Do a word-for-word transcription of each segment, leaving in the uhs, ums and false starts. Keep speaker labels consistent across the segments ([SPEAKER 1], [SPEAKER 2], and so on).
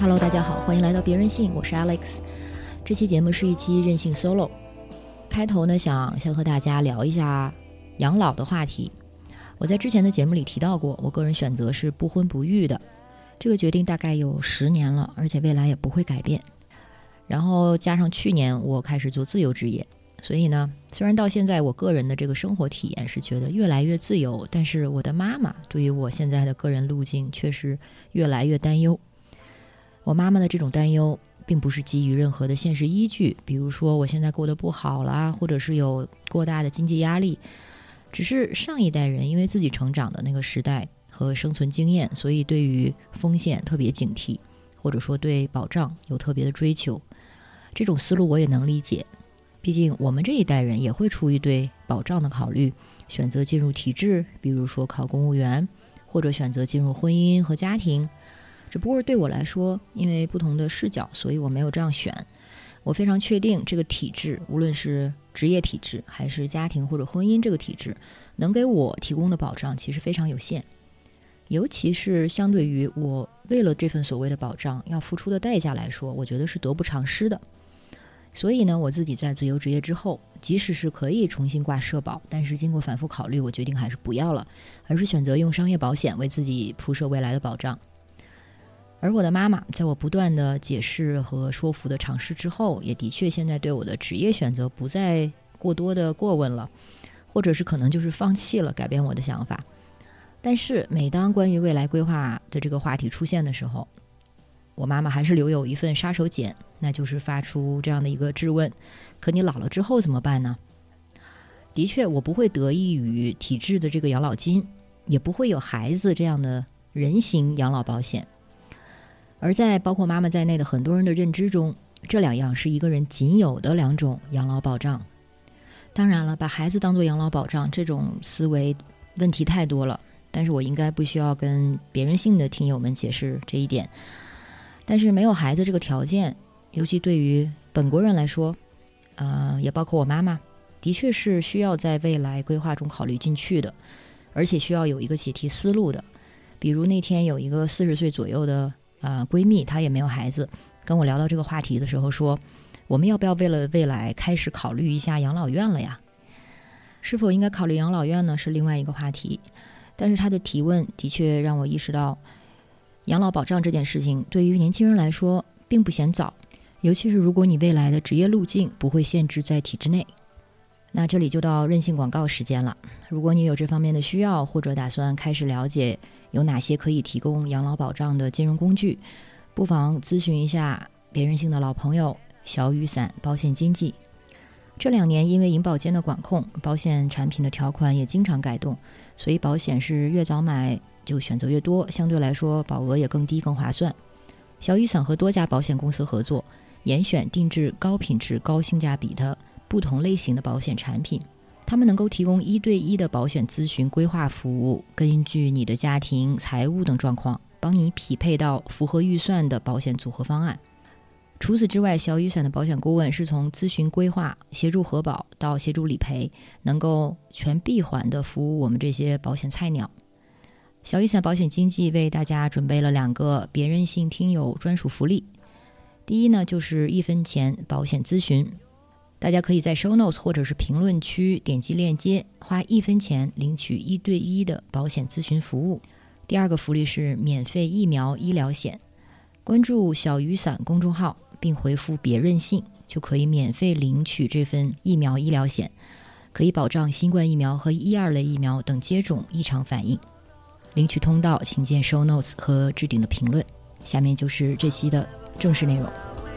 [SPEAKER 1] Hello， 大家好，欢迎来到别任性，我是 Alex。这期节目是一期任性 solo。开头呢，想先和大家聊一下养老的话题。我在之前的节目里提到过，我个人选择是不婚不育的，这个决定大概有十年了，而且未来也不会改变。然后加上去年我开始做自由职业，所以呢，虽然到现在我个人的这个生活体验是觉得越来越自由，但是我的妈妈对于我现在的个人路径却是越来越担忧。我妈妈的这种担忧并不是基于任何的现实依据，比如说我现在过得不好啦，或者是有过大的经济压力，只是上一代人因为自己成长的那个时代和生存经验，所以对于风险特别警惕，或者说对保障有特别的追求。这种思路我也能理解，毕竟我们这一代人也会出于对保障的考虑，选择进入体制，比如说考公务员，或者选择进入婚姻和家庭。只不过对我来说，因为不同的视角，所以我没有这样选。我非常确定这个体制，无论是职业体制还是家庭或者婚姻这个体制，能给我提供的保障其实非常有限，尤其是相对于我为了这份所谓的保障要付出的代价来说，我觉得是得不偿失的。所以呢，我自己在自由职业之后，即使是可以重新挂社保，但是经过反复考虑，我决定还是不要了，而是选择用商业保险为自己铺设未来的保障。而我的妈妈在我不断的解释和说服的尝试之后，也的确现在对我的职业选择不再过多的过问了，或者是可能就是放弃了改变我的想法。但是每当关于未来规划的这个话题出现的时候，我妈妈还是留有一份杀手锏，那就是发出这样的一个质问：可你老了之后怎么办呢？的确，我不会得益于体制的这个养老金，也不会有孩子这样的人形养老保险。而在包括妈妈在内的很多人的认知中，这两样是一个人仅有的两种养老保障。当然了，把孩子当作养老保障这种思维问题太多了，但是我应该不需要跟别人性的听友们解释这一点。但是没有孩子这个条件，尤其对于本国人来说，呃，也包括我妈妈，的确是需要在未来规划中考虑进去的，而且需要有一个解题思路的。比如那天有一个四十岁左右的呃闺蜜，她也没有孩子，跟我聊到这个话题的时候说，我们要不要为了未来开始考虑一下养老院了呀？是否应该考虑养老院呢，是另外一个话题。但是她的提问的确让我意识到，养老保障这件事情对于年轻人来说并不嫌早，尤其是如果你未来的职业路径不会限制在体制内。那这里就到任性广告时间了。如果你有这方面的需要，或者打算开始了解有哪些可以提供养老保障的金融工具，不妨咨询一下别任性的老朋友小雨伞保险经纪。这两年因为银保监的管控，保险产品的条款也经常改动，所以保险是越早买就选择越多，相对来说保额也更低更划算。小雨伞和多家保险公司合作，严选定制高品质高性价比的不同类型的保险产品，他们能够提供一对一的保险咨询规划服务，根据你的家庭财务等状况帮你匹配到符合预算的保险组合方案。除此之外，小雨伞的保险顾问是从咨询规划、协助核保到协助理赔，能够全闭环的服务我们这些保险菜鸟。小雨伞保险经纪为大家准备了两个别任性听友专属福利。第一呢，就是一分钱保险咨询，大家可以在 show notes 或者是评论区点击链接，花一分钱领取一对一的保险咨询服务。第二个福利是免费疫苗医疗险，关注小雨伞公众号并回复别任性，就可以免费领取这份疫苗医疗险，可以保障新冠疫苗和一二类疫苗等接种异常反应。领取通道请见 show notes 和置顶的评论。下面就是这期的正式内容。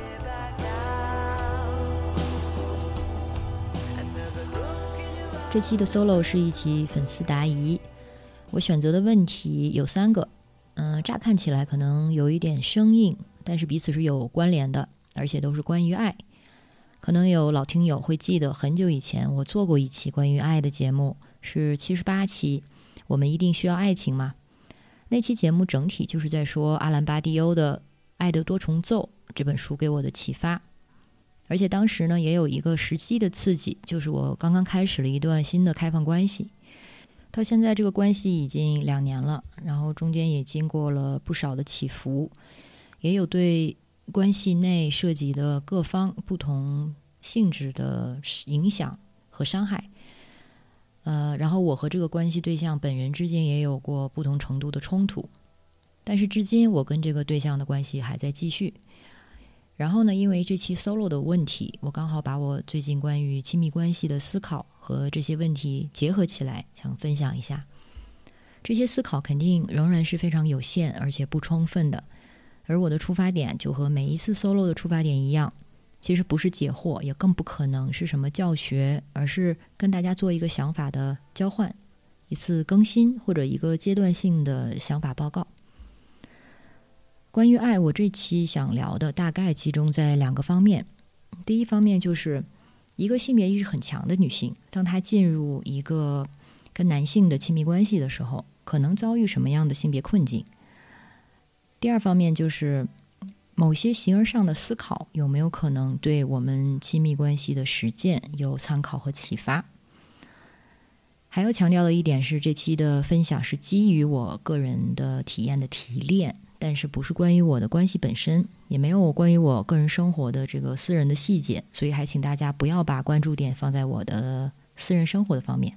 [SPEAKER 1] 这期的 solo 是一期粉丝答疑，我选择的问题有三个，嗯，乍看起来可能有一点生硬，但是彼此是有关联的，而且都是关于爱。可能有老听友会记得，很久以前我做过一期关于爱的节目，是七十八期，我们一定需要爱情吗？那期节目整体就是在说阿兰巴蒂欧的《爱的多重奏》这本书给我的启发。而且当时呢，也有一个时机的刺激，就是我刚刚开始了一段新的开放关系。到现在这个关系已经两年了，然后中间也经过了不少的起伏， 也有对关系内涉及的各方不同性质的影响和伤害。呃，然后我和这个关系对象本人之间也有过不同程度的冲突，但是至今我跟这个对象的关系还在继续。然后呢，因为这期 solo 的问题，我刚好把我最近关于亲密关系的思考和这些问题结合起来，想分享一下。这些思考肯定仍然是非常有限而且不充分的，而我的出发点就和每一次 solo 的出发点一样，其实不是解惑，也更不可能是什么教学，而是跟大家做一个想法的交换，一次更新或者一个阶段性的想法报告。关于爱，我这期想聊的大概集中在两个方面。第一方面就是一个性别意识很强的女性，当她进入一个跟男性的亲密关系的时候，可能遭遇什么样的性别困境。第二方面就是某些形而上的思考有没有可能对我们亲密关系的实践有参考和启发。还要强调的一点是，这期的分享是基于我个人的体验的提炼，但是不是关于我的关系本身，也没有关于我个人生活的这个私人的细节，所以还请大家不要把关注点放在我的私人生活的方面。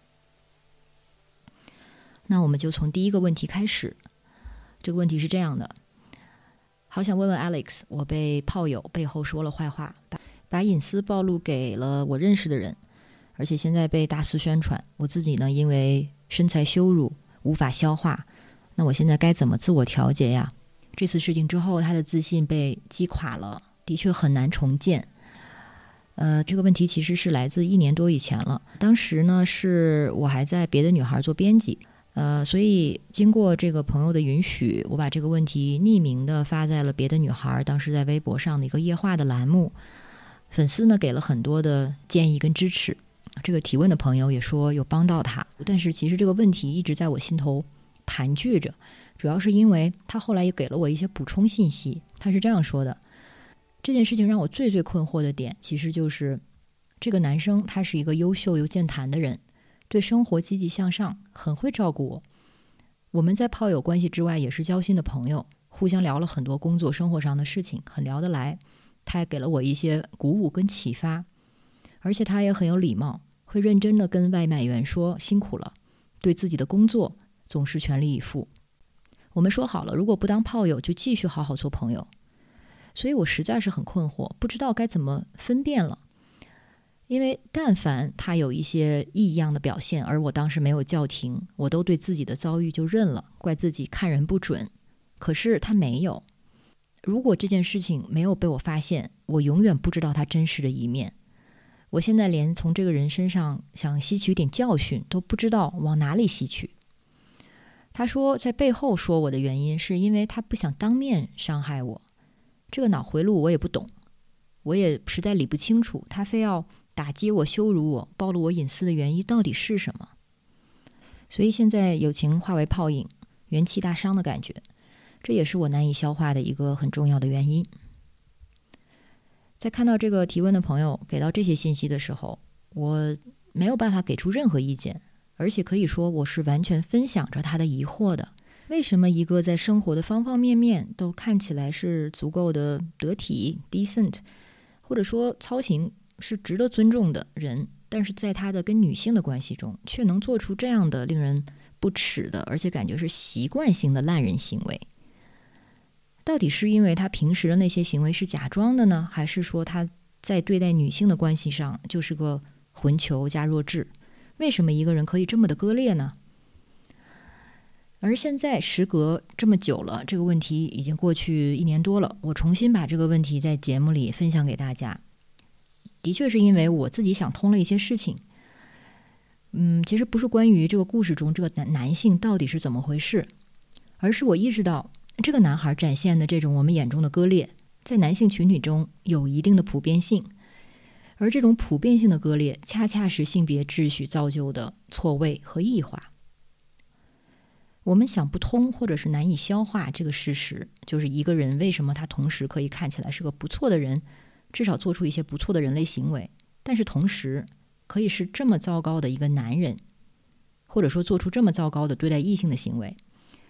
[SPEAKER 1] 那我们就从第一个问题开始。这个问题是这样的：好想问问 Alex， 我被炮友背后说了坏话，把把隐私暴露给了我认识的人，而且现在被大肆宣传，我自己呢因为身材羞辱无法消化，那我现在该怎么自我调节呀？这次事情之后，他的自信被击垮了，的确很难重建。呃，这个问题其实是来自一年多以前了，当时呢是我还在别的女孩做编辑，呃，所以经过这个朋友的允许，我把这个问题匿名的发在了别的女孩当时在微博上的一个夜话的栏目，粉丝呢给了很多的建议跟支持，这个提问的朋友也说有帮到他，但是其实这个问题一直在我心头盘踞着，主要是因为他后来也给了我一些补充信息。他是这样说的：这件事情让我最最困惑的点，其实就是这个男生他是一个优秀又健谈的人，对生活积极向上，很会照顾我。我们在炮友关系之外也是交心的朋友，互相聊了很多工作生活上的事情，很聊得来。他也给了我一些鼓舞跟启发，而且他也很有礼貌，会认真的跟外卖员说辛苦了，对自己的工作总是全力以赴。我们说好了，如果不当炮友就继续好好做朋友。所以我实在是很困惑，不知道该怎么分辨了。因为但凡他有一些异样的表现，而我当时没有叫停，我都对自己的遭遇就认了，怪自己看人不准。可是他没有，如果这件事情没有被我发现，我永远不知道他真实的一面。我现在连从这个人身上想吸取点教训都不知道往哪里吸取。他说在背后说我的原因是因为他不想当面伤害我，这个脑回路我也不懂，我也实在理不清楚他非要打击我、羞辱我、暴露我隐私的原因到底是什么。所以现在友情化为泡影，元气大伤的感觉，这也是我难以消化的一个很重要的原因。在看到这个提问的朋友给到这些信息的时候，我没有办法给出任何意见，而且可以说我是完全分享着他的疑惑的。为什么一个在生活的方方面面都看起来是足够的得体 decent， 或者说操行是值得尊重的人，但是在他的跟女性的关系中却能做出这样的令人不齿的，而且感觉是习惯性的烂人行为？到底是因为他平时的那些行为是假装的呢，还是说他在对待女性的关系上就是个混球加弱智？为什么一个人可以这么的割裂呢？而现在时隔这么久了，这个问题已经过去一年多了，我重新把这个问题在节目里分享给大家，的确是因为我自己想通了一些事情。嗯，其实不是关于这个故事中这个 男, 男性到底是怎么回事，而是我意识到这个男孩展现的这种我们眼中的割裂，在男性群体中有一定的普遍性，而这种普遍性的割裂恰恰是性别秩序造就的错位和异化。我们想不通或者是难以消化这个事实，就是一个人为什么他同时可以看起来是个不错的人，至少做出一些不错的人类行为，但是同时可以是这么糟糕的一个男人，或者说做出这么糟糕的对待异性的行为。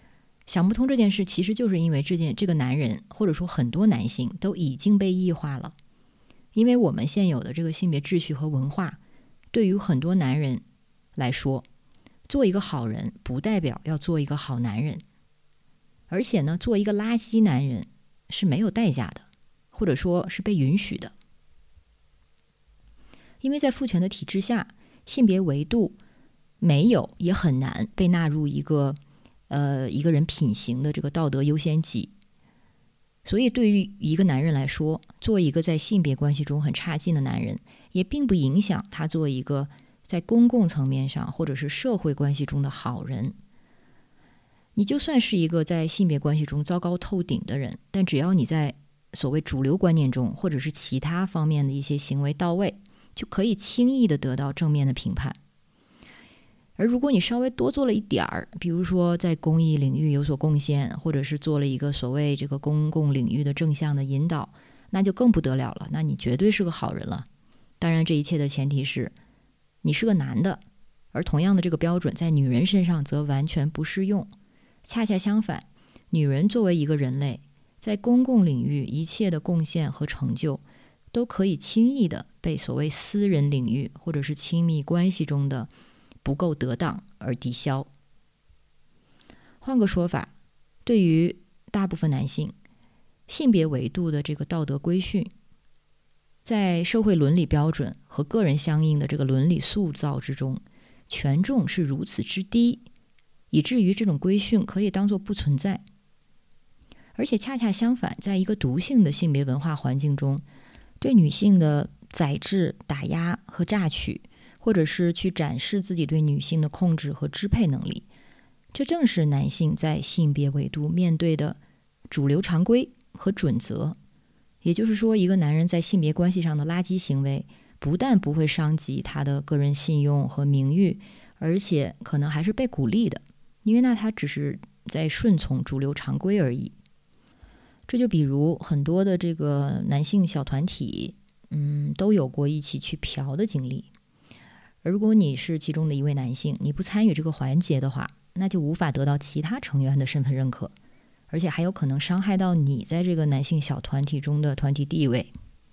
[SPEAKER 1] 想不通这件事，其实就是因为这件这个男人，或者说很多男性都已经被异化了。因为我们现有的这个性别秩序和文化，对于很多男人来说，做一个好人不代表要做一个好男人，而且呢，做一个垃圾男人是没有代价的，或者说是被允许的。因为在父权的体制下，性别维度没有也很难被纳入一个呃一个人品行的这个道德优先级。所以对于一个男人来说，做一个在性别关系中很差劲的男人，也并不影响他做一个在公共层面上或者是社会关系中的好人。你就算是一个在性别关系中糟糕透顶的人，但只要你在所谓主流观念中或者是其他方面的一些行为到位，就可以轻易的得到正面的评判。而如果你稍微多做了一点儿，比如说在公益领域有所贡献，或者是做了一个所谓这个公共领域的正向的引导，那就更不得了了，那你绝对是个好人了。当然这一切的前提是你是个男的，而同样的这个标准在女人身上则完全不适用。恰恰相反，女人作为一个人类，在公共领域一切的贡献和成就都可以轻易的被所谓私人领域或者是亲密关系中的不够得当而抵消。换个说法，对于大部分男性，性别维度的这个道德规训，在社会伦理标准和个人相应的这个伦理塑造之中，权重是如此之低，以至于这种规训可以当作不存在。而且恰恰相反，在一个毒性的性别文化环境中，对女性的宰制、打压和榨取，或者是去展示自己对女性的控制和支配能力，这正是男性在性别维度面对的主流常规和准则。也就是说，一个男人在性别关系上的垃圾行为，不但不会伤及他的个人信用和名誉，而且可能还是被鼓励的，因为那他只是在顺从主流常规而已。这就比如很多的这个男性小团体，嗯，都有过一起去嫖的经历。而如果你是其中的一位男性，你不参与这个环节的话，那就无法得到其他成员的身份认可，而且还有可能伤害到你在这个男性小团体中的团体地位。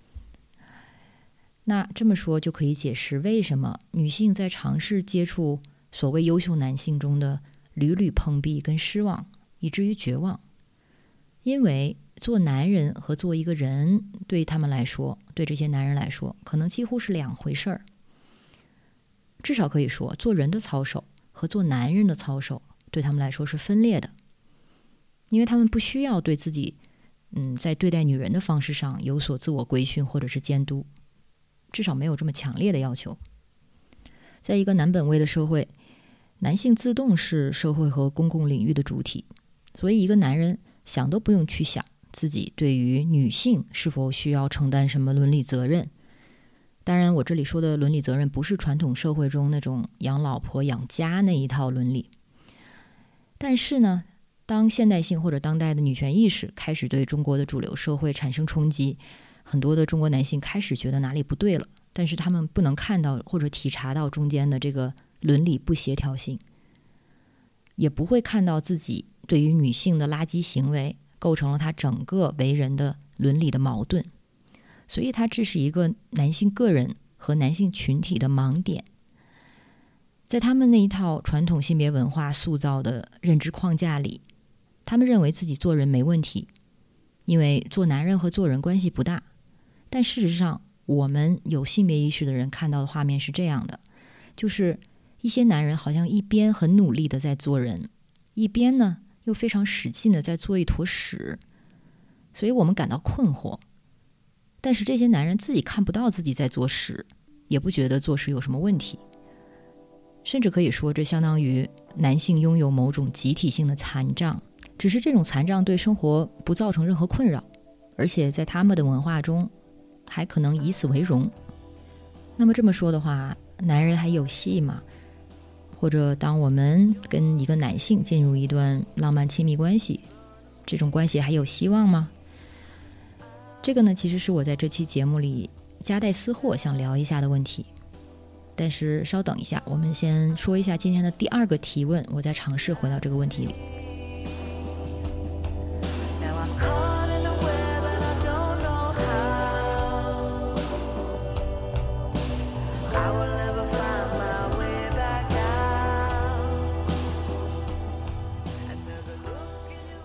[SPEAKER 1] 那这么说就可以解释为什么女性在尝试接触所谓优秀男性中的屡屡碰壁跟失望，以至于绝望。因为做男人和做一个人，对他们来说，对这些男人来说，可能几乎是两回事儿。至少可以说，做人的操守和做男人的操守对他们来说是分裂的，因为他们不需要对自己嗯，在对待女人的方式上有所自我规训或者是监督，至少没有这么强烈的要求。在一个男本位的社会，男性自动是社会和公共领域的主体，所以一个男人想都不用去想自己对于女性是否需要承担什么伦理责任。当然我这里说的伦理责任不是传统社会中那种养老婆养家那一套伦理。但是呢，当现代性或者当代的女权意识开始对中国的主流社会产生冲击，很多的中国男性开始觉得哪里不对了，但是他们不能看到或者体察到中间的这个伦理不协调性，也不会看到自己对于女性的垃圾行为构成了他整个为人的伦理的矛盾。所以它这是一个男性个人和男性群体的盲点。在他们那一套传统性别文化塑造的认知框架里，他们认为自己做人没问题，因为做男人和做人关系不大。但事实上，我们有性别意识的人看到的画面是这样的，就是一些男人好像一边很努力的在做人，一边呢又非常使劲的在做一坨屎。所以我们感到困惑，但是这些男人自己看不到自己在做屎，也不觉得做屎有什么问题，甚至可以说这相当于男性拥有某种集体性的残障，只是这种残障对生活不造成任何困扰，而且在他们的文化中还可能以此为荣。那么这么说的话，男人还有戏吗？或者当我们跟一个男性进入一段浪漫亲密关系，这种关系还有希望吗？这个呢，其实是我在这期节目里夹带私货想聊一下的问题。但是稍等一下，我们先说一下今天的第二个提问，我再尝试回到这个问题里。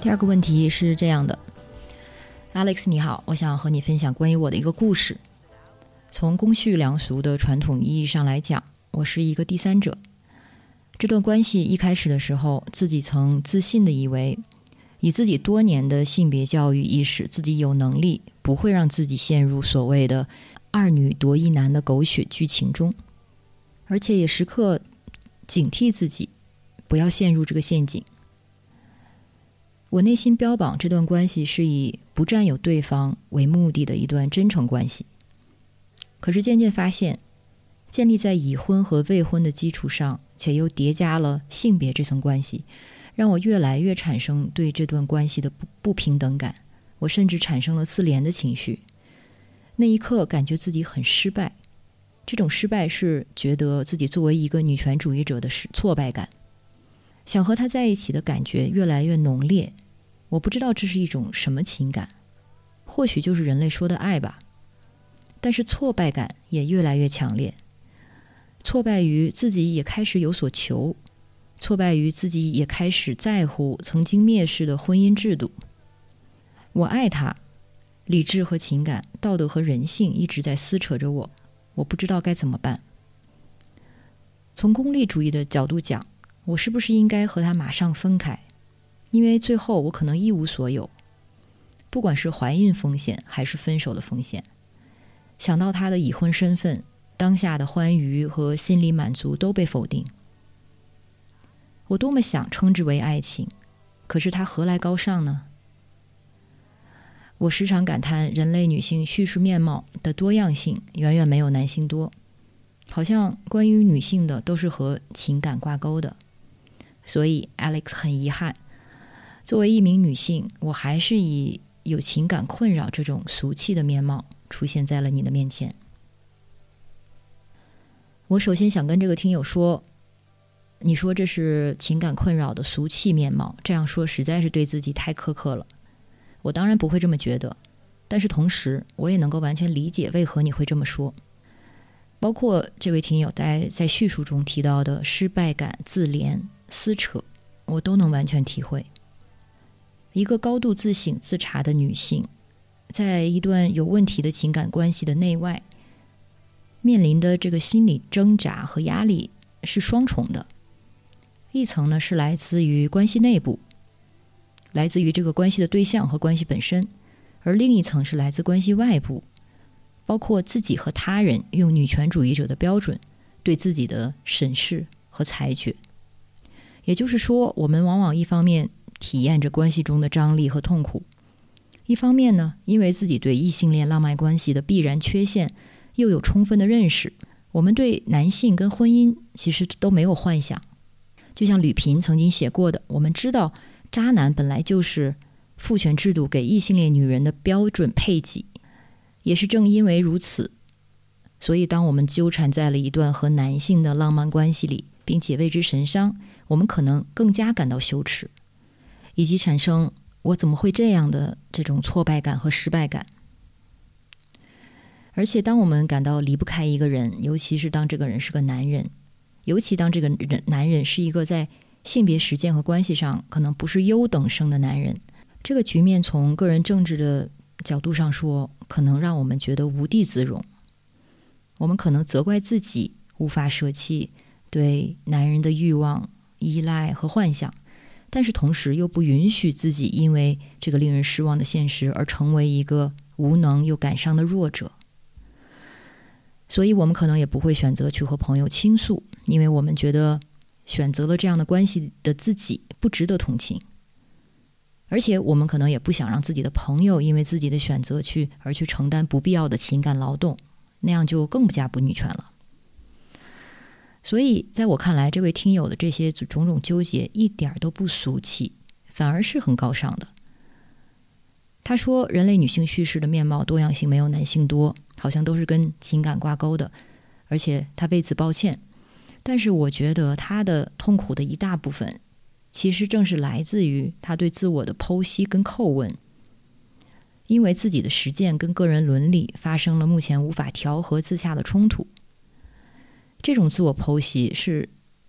[SPEAKER 1] 第二个问题是这样的， Alex 你好，我想和你分享关于我的一个故事。从公序良俗的传统意义上来讲，我是一个第三者。这段关系一开始的时候，自己曾自信地以为以自己多年的性别教育意识，自己有能力不会让自己陷入所谓的二女夺一男的狗血剧情中，而且也时刻警惕自己不要陷入这个陷阱。我内心标榜这段关系是以不占有对方为目的的一段真诚关系，可是渐渐发现，建立在已婚和未婚的基础上，且又叠加了性别这层关系，让我越来越产生对这段关系的 不, 不平等感，我甚至产生了自怜的情绪。那一刻感觉自己很失败，这种失败是觉得自己作为一个女权主义者的挫败感。想和他在一起的感觉越来越浓烈，我不知道这是一种什么情感，或许就是人类说的爱吧。但是挫败感也越来越强烈，挫败于自己也开始有所求，挫败于自己也开始在乎曾经蔑视的婚姻制度。我爱他，理智和情感，道德和人性一直在撕扯着我，我不知道该怎么办。从功利主义的角度讲，我是不是应该和他马上分开？因为最后我可能一无所有，不管是怀孕风险还是分手的风险。想到他的已婚身份，当下的欢愉和心理满足都被否定。我多么想称之为爱情，可是它何来高尚呢？我时常感叹人类女性叙事面貌的多样性远远没有男性多，好像关于女性的都是和情感挂钩的。所以 Alex 很遗憾，作为一名女性，我还是以有情感困扰这种俗气的面貌出现在了你的面前。我首先想跟这个听友说，你说这是情感困扰的俗气面貌，这样说实在是对自己太苛刻了。我当然不会这么觉得，但是同时我也能够完全理解为何你会这么说。包括这位听友在在叙述中提到的失败感、自怜、撕扯，我都能完全体会。一个高度自省自察的女性，在一段有问题的情感关系的内外，面临的这个心理挣扎和压力是双重的。一层呢是来自于关系内部，来自于这个关系的对象和关系本身，而另一层是来自关系外部，包括自己和他人用女权主义者的标准对自己的审视和裁决。也就是说，我们往往一方面体验着关系中的张力和痛苦，一方面呢，因为自己对异性恋浪漫关系的必然缺陷又有充分的认识，我们对男性跟婚姻其实都没有幻想。就像吕萍曾经写过的，我们知道渣男本来就是父权制度给异性恋女人的标准配给，也是正因为如此，所以当我们纠缠在了一段和男性的浪漫关系里，并且为之神伤，我们可能更加感到羞耻，以及产生我怎么会这样的这种挫败感和失败感。而且当我们感到离不开一个人，尤其是当这个人是个男人，尤其当这个人男人是一个在性别实践和关系上可能不是优等生的男人，这个局面从个人政治的角度上说，可能让我们觉得无地自容。我们可能责怪自己无法舍弃对男人的欲望、依赖和幻想，但是同时又不允许自己因为这个令人失望的现实而成为一个无能又感伤的弱者。所以我们可能也不会选择去和朋友倾诉，因为我们觉得选择了这样的关系的自己不值得同情，而且我们可能也不想让自己的朋友因为自己的选择去而去承担不必要的情感劳动，那样就更加不女权了。所以在我看来，这位听友的这些种种纠结一点都不俗气，反而是很高尚的。他说人类女性叙事的面貌多样性没有男性多，好像都是跟情感挂钩的，而且他为此抱歉。但是我觉得他的痛苦的一大部分其实正是来自于他对自我的剖析跟叩问，因为自己的实践跟个人伦理发生了目前无法调和自洽的冲突。这种自我剖析是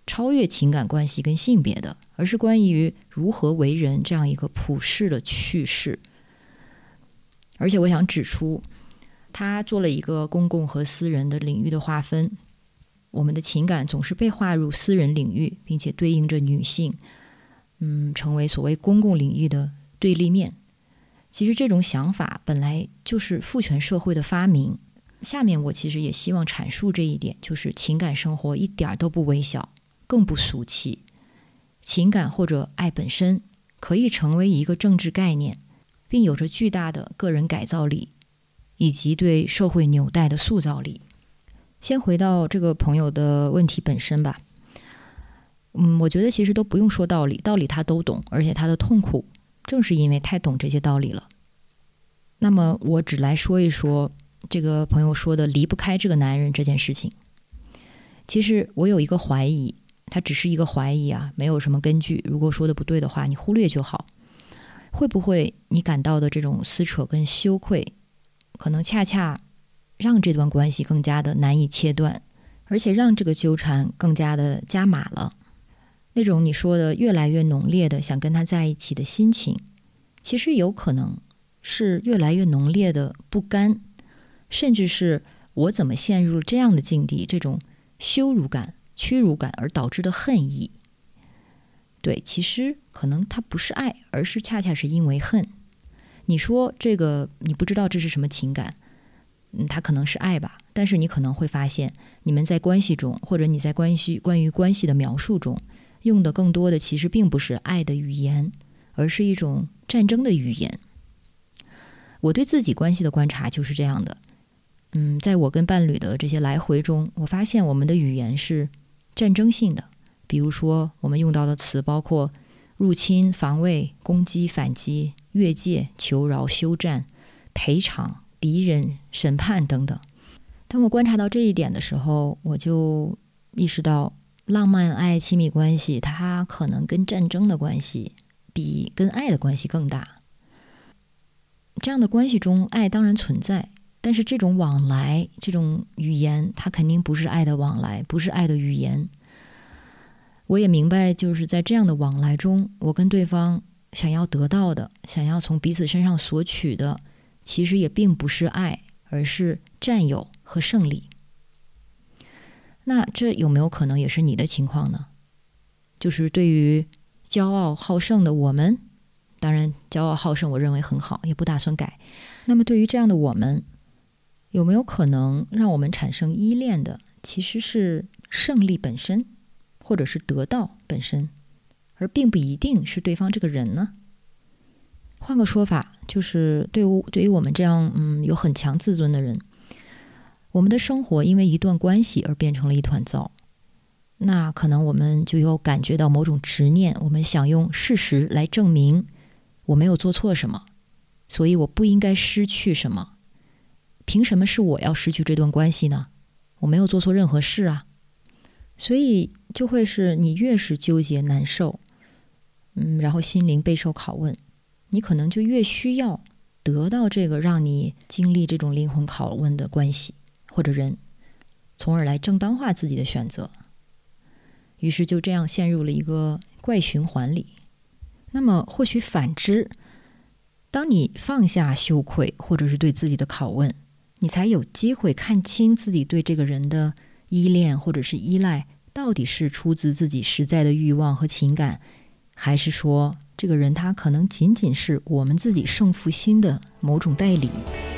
[SPEAKER 1] 超越情感关系跟性别的，而是关于如何为人这样一个普世的叙事。而且我想指出，他做了一个公共和私人的领域的划分，我们的情感总是被划入私人领域，并且对应着女性，嗯，成为所谓公共领域的对立面。其实这种想法本来就是父权社会的发明。下面我其实也希望阐述这一点，就是情感生活一点都不微小，更不俗气。情感或者爱本身可以成为一个政治概念，并有着巨大的个人改造力，以及对社会纽带的塑造力。先回到这个朋友的问题本身吧。嗯，我觉得其实都不用说道理，道理他都懂，而且他的痛苦正是因为太懂这些道理了。那么我只来说一说这个朋友说的离不开这个男人这件事情。其实我有一个怀疑，它只是一个怀疑啊，没有什么根据，如果说的不对的话你忽略就好。会不会你感到的这种撕扯跟羞愧，可能恰恰让这段关系更加的难以切断，而且让这个纠缠更加的加码了。那种你说的越来越浓烈的想跟他在一起的心情，其实有可能是越来越浓烈的不甘，甚至是我怎么陷入这样的境地，这种羞辱感、屈辱感而导致的恨意。对，其实可能它不是爱，而是恰恰是因为恨。你说这个你不知道这是什么情感，嗯，它可能是爱吧，但是你可能会发现你们在关系中，或者你在关系关于关系的描述中用的更多的其实并不是爱的语言，而是一种战争的语言。我对自己关系的观察就是这样的。嗯，在我跟伴侣的这些来回中，我发现我们的语言是战争性的。比如说我们用到的词包括入侵、防卫、攻击、反击、越界、求饶、休战、赔偿、敌人、审判等等。当我观察到这一点的时候，我就意识到浪漫爱亲密关系它可能跟战争的关系比跟爱的关系更大。这样的关系中爱当然存在，但是这种往来，这种语言它肯定不是爱的往来，不是爱的语言。我也明白，就是在这样的往来中，我跟对方想要得到的，想要从彼此身上索取的，其实也并不是爱，而是占有和胜利。那这有没有可能也是你的情况呢？就是对于骄傲好胜的我们，当然骄傲好胜我认为很好，也不打算改。那么对于这样的我们，有没有可能让我们产生依恋的其实是胜利本身，或者是得到本身，而并不一定是对方这个人呢？换个说法，就是对于对于我们这样嗯有很强自尊的人，我们的生活因为一段关系而变成了一团糟，那可能我们就有感觉到某种执念，我们想用事实来证明我没有做错什么，所以我不应该失去什么。凭什么是我要失去这段关系呢？我没有做错任何事啊。所以就会是你越是纠结难受，嗯，然后心灵备受拷问，你可能就越需要得到这个让你经历这种灵魂拷问的关系或者人，从而来正当化自己的选择。于是就这样陷入了一个怪循环里。那么或许反之，当你放下羞愧或者是对自己的拷问，你才有机会看清自己对这个人的依恋或者是依赖到底是出自自己实在的欲望和情感，还是说这个人他可能仅仅是我们自己胜负心的某种代理。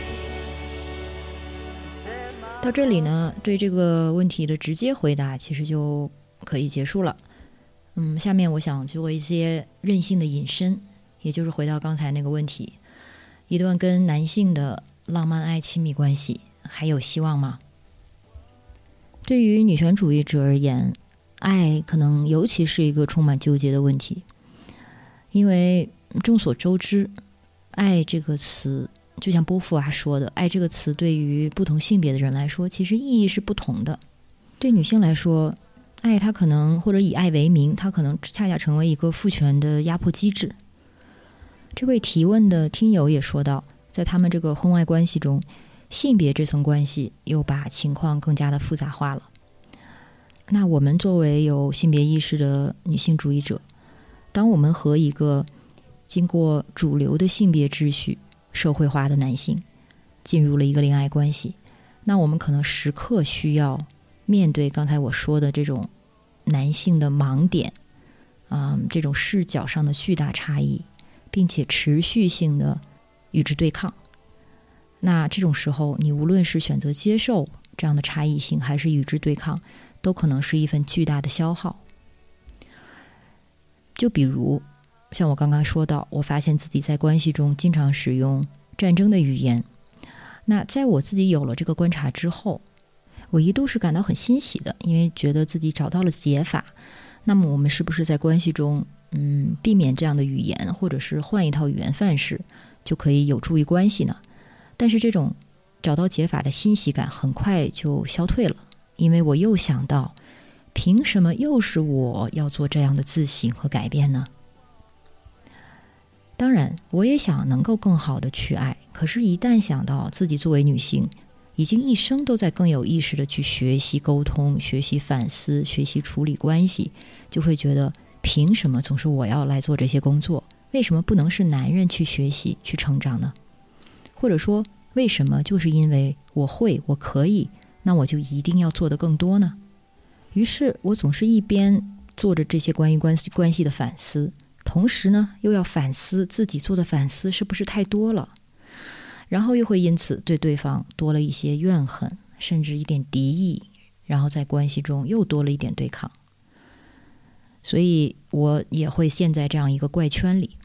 [SPEAKER 1] 到这里呢，对这个问题的直接回答其实就可以结束了。嗯，下面我想做一些任性的引申，也就是回到刚才那个问题，一段跟男性的浪漫爱亲密关系还有希望吗？对于女权主义者而言，爱可能尤其是一个充满纠结的问题。因为众所周知，爱这个词就像波伏娃说的，爱这个词对于不同性别的人来说其实意义是不同的。对女性来说，爱它可能或者以爱为名，它可能恰恰成为一个父权的压迫机制。这位提问的听友也说到，在他们这个婚外关系中，性别这层关系又把情况更加的复杂化了。 那我们作为有性别意识的女性主义者，当我们和一个经过主流的性别秩序社会化的男性进入了一个恋爱关系，那我们可能时刻需要面对刚才我说的这种男性的盲点，嗯，这种视角上的巨大差异，并且持续性的与之对抗。那这种时候，你无论是选择接受这样的差异性，还是与之对抗，都可能是一份巨大的消耗。就比如像我刚刚说到，我发现自己在关系中经常使用战争的语言。那在我自己有了这个观察之后，我一度是感到很欣喜的，因为觉得自己找到了解法。那么我们是不是在关系中嗯，避免这样的语言，或者是换一套语言范式，就可以有助于关系呢？但是这种找到解法的欣喜感很快就消退了，因为我又想到，凭什么又是我要做这样的自省和改变呢？当然我也想能够更好的去爱，可是一旦想到自己作为女性已经一生都在更有意识的去学习沟通，学习反思，学习处理关系，就会觉得凭什么总是我要来做这些工作？为什么不能是男人去学习去成长呢？或者说为什么就是因为我会我可以，那我就一定要做得更多呢？于是我总是一边做着这些关于关系关系的反思，同时呢又要反思自己做的反思是不是太多了，然后又会因此对对方多了一些怨恨，甚至一点敌意，然后在关系中又多了一点对抗。所以我也会陷在这样一个怪圈里。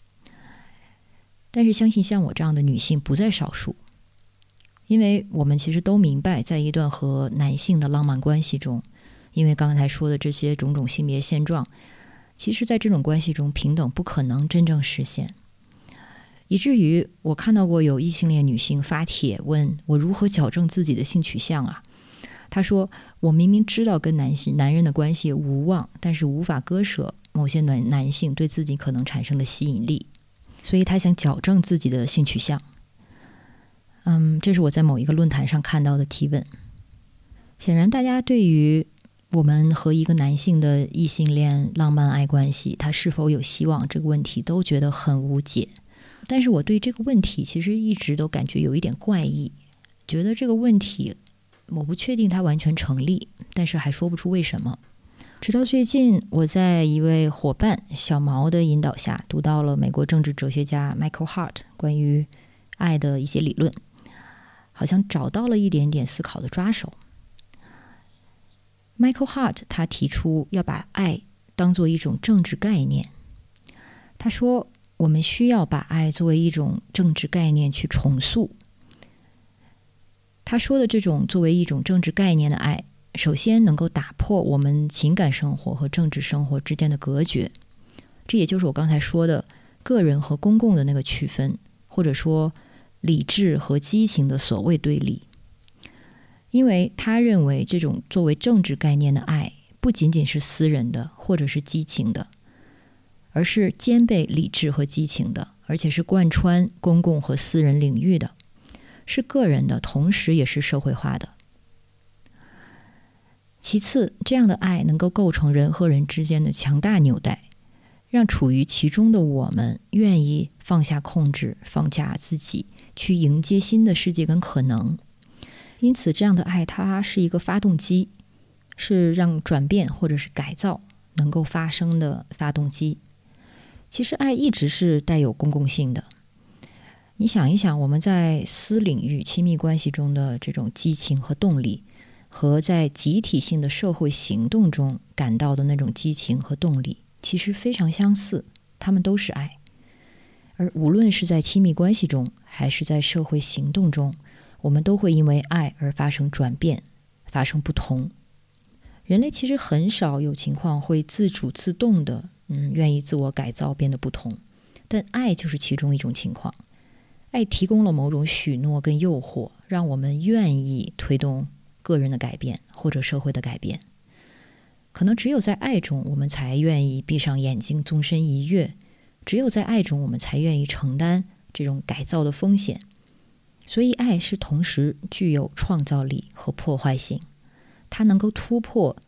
[SPEAKER 1] 但是相信像我这样的女性不在少数，因为我们其实都明白，在一段和男性的浪漫关系中，因为刚才说的这些种种性别现状，其实在这种关系中平等不可能真正实现。以至于我看到过有异性恋女性发帖问我如何矫正自己的性取向啊。她说，我明明知道跟男性男人的关系无望，但是无法割舍某些男男性对自己可能产生的吸引力，所以她想矫正自己的性取向。嗯，这是我在某一个论坛上看到的提问。显然大家对于我们和一个男性的异性恋浪漫爱关系，他是否有希望这个问题都觉得很无解。但是我对这个问题其实一直都感觉有一点怪异，觉得这个问题我不确定它完全成立，但是还说不出为什么。直到最近，我在一位伙伴小毛的引导下，读到了美国政治哲学家 Michael Hart 关于爱的一些理论，好像找到了一点点思考的抓手。Michael Hart 他提出要把爱当作一种政治概念。他说，我们需要把爱作为一种政治概念去重塑。他说的这种作为一种政治概念的爱，首先能够打破我们情感生活和政治生活之间的隔绝，这也就是我刚才说的个人和公共的那个区分，或者说理智和激情的所谓对立。因为他认为这种作为政治概念的爱不仅仅是私人的或者是激情的，而是兼备理智和激情的，而且是贯穿公共和私人领域的，是个人的，同时也是社会化的。其次，这样的爱能够构成人和人之间的强大纽带，让处于其中的我们愿意放下控制，放下自己，去迎接新的世界跟可能。因此这样的爱它是一个发动机，是让转变或者是改造能够发生的发动机。其实爱一直是带有公共性的。你想一想，我们在私领域亲密关系中的这种激情和动力，和在集体性的社会行动中感到的那种激情和动力，其实非常相似，它们都是爱。而无论是在亲密关系中，还是在社会行动中，我们都会因为爱而发生转变，发生不同。人类其实很少有情况会自主自动的嗯，愿意自我改造变得不同，但爱就是其中一种情况。爱提供了某种许诺跟诱惑，让我们愿意推动个人的改变或者社会的改变。可能只有在爱中，我们才愿意闭上眼睛纵身一跃，只有在爱中，我们才愿意承担这种改造的风险。所以爱是同时具有创造力和破坏性，它能够突破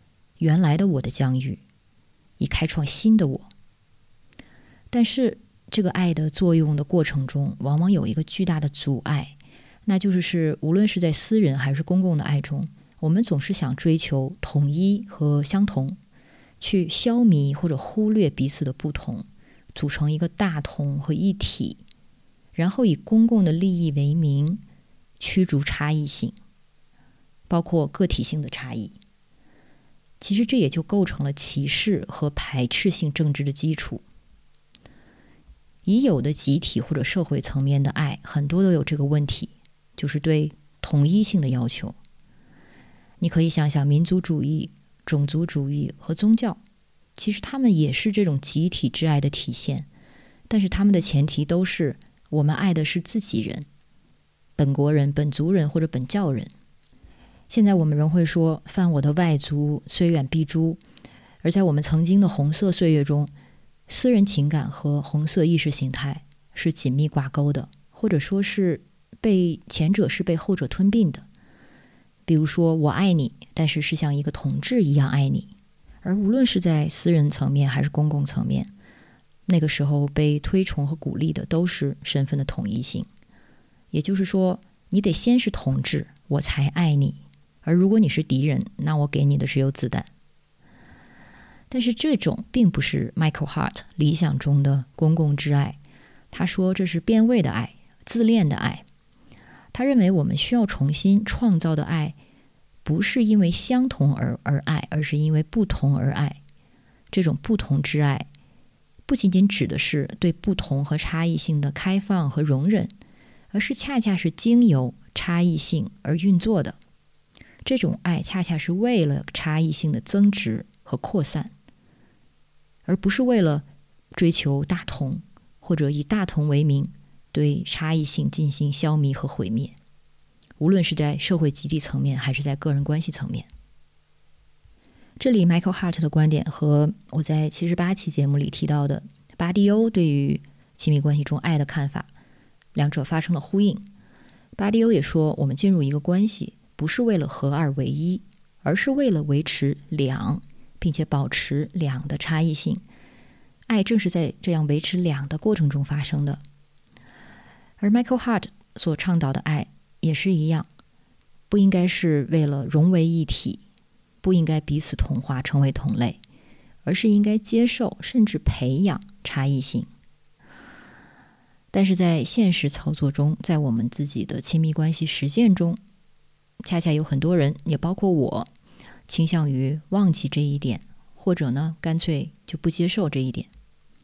[SPEAKER 1] 原来的我的疆域，以开创新的我。但是这个爱的作用的过程中，往往有一个巨大的阻碍，那就是是无论是在私人还是公共的爱中，我们总是想追求统一和相同，去消弭或者忽略彼此的不同，组成一个大同和一体，然后以公共的利益为名驱逐差异性，包括个体性的差异。其实这也就构成了歧视和排斥性政治的基础。已有的集体或者社会层面的爱，很多都有这个问题，就是对统一性的要求。你可以想想民族主义、种族主义和宗教，其实他们也是这种集体之爱的体现，但是他们的前提都是我们爱的是自己人，本国人、本族人或者本教人。现在我们仍会说犯我的外族，虽远必诛，而在我们曾经的红色岁月中，私人情感和红色意识形态是紧密挂钩的，或者说是被前者是被后者吞并的。比如说我爱你，但是是像一个同志一样爱你，而无论是在私人层面还是公共层面，那个时候被推崇和鼓励的都是身份的统一性。也就是说，你得先是同志，我才爱你，而如果你是敌人，那我给你的只有子弹。但是这种并不是 Michael Hart 理想中的公共之爱，他说这是变味的爱，自恋的爱。他认为我们需要重新创造的爱，不是因为相同而而爱，而是因为不同而爱。这种不同之爱，不仅仅指的是对不同和差异性的开放和容忍，而是恰恰是经由差异性而运作的。这种爱恰恰是为了差异性的增值和扩散，而不是为了追求大同，或者以大同为名对差异性进行消弭和毁灭，无论是在社会集体层面还是在个人关系层面。这里 Michael Hart 的观点和我在七十八期节目里提到的巴蒂欧对于亲密关系中爱的看法，两者发生了呼应。巴蒂欧也说，我们进入一个关系不是为了合二为一，而是为了维持两，并且保持两的差异性。爱正是在这样维持两的过程中发生的。而 Michael Hart 所倡导的爱也是一样，不应该是为了融为一体，不应该彼此同化成为同类，而是应该接受甚至培养差异性。但是在现实操作中，在我们自己的亲密关系实践中，恰恰有很多人，也包括我，倾向于忘记这一点，或者呢，干脆就不接受这一点。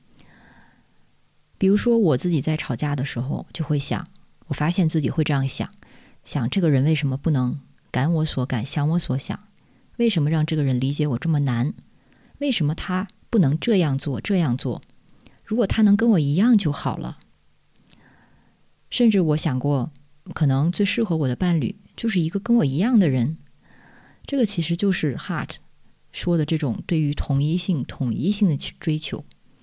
[SPEAKER 1] 比如说我自己在吵架的时候，就会想，我发现自己会这样想，想这个人为什么不能感我所感，想我所想？为什么让这个人理解我这么难？为什么他不能这样做这样做？如果他能跟我一样就好了。甚至我想过，可能最适合我的伴侣就是一个跟我一样的人。这个其实就是 Hart 说的这种对于同一性、统一性的追求。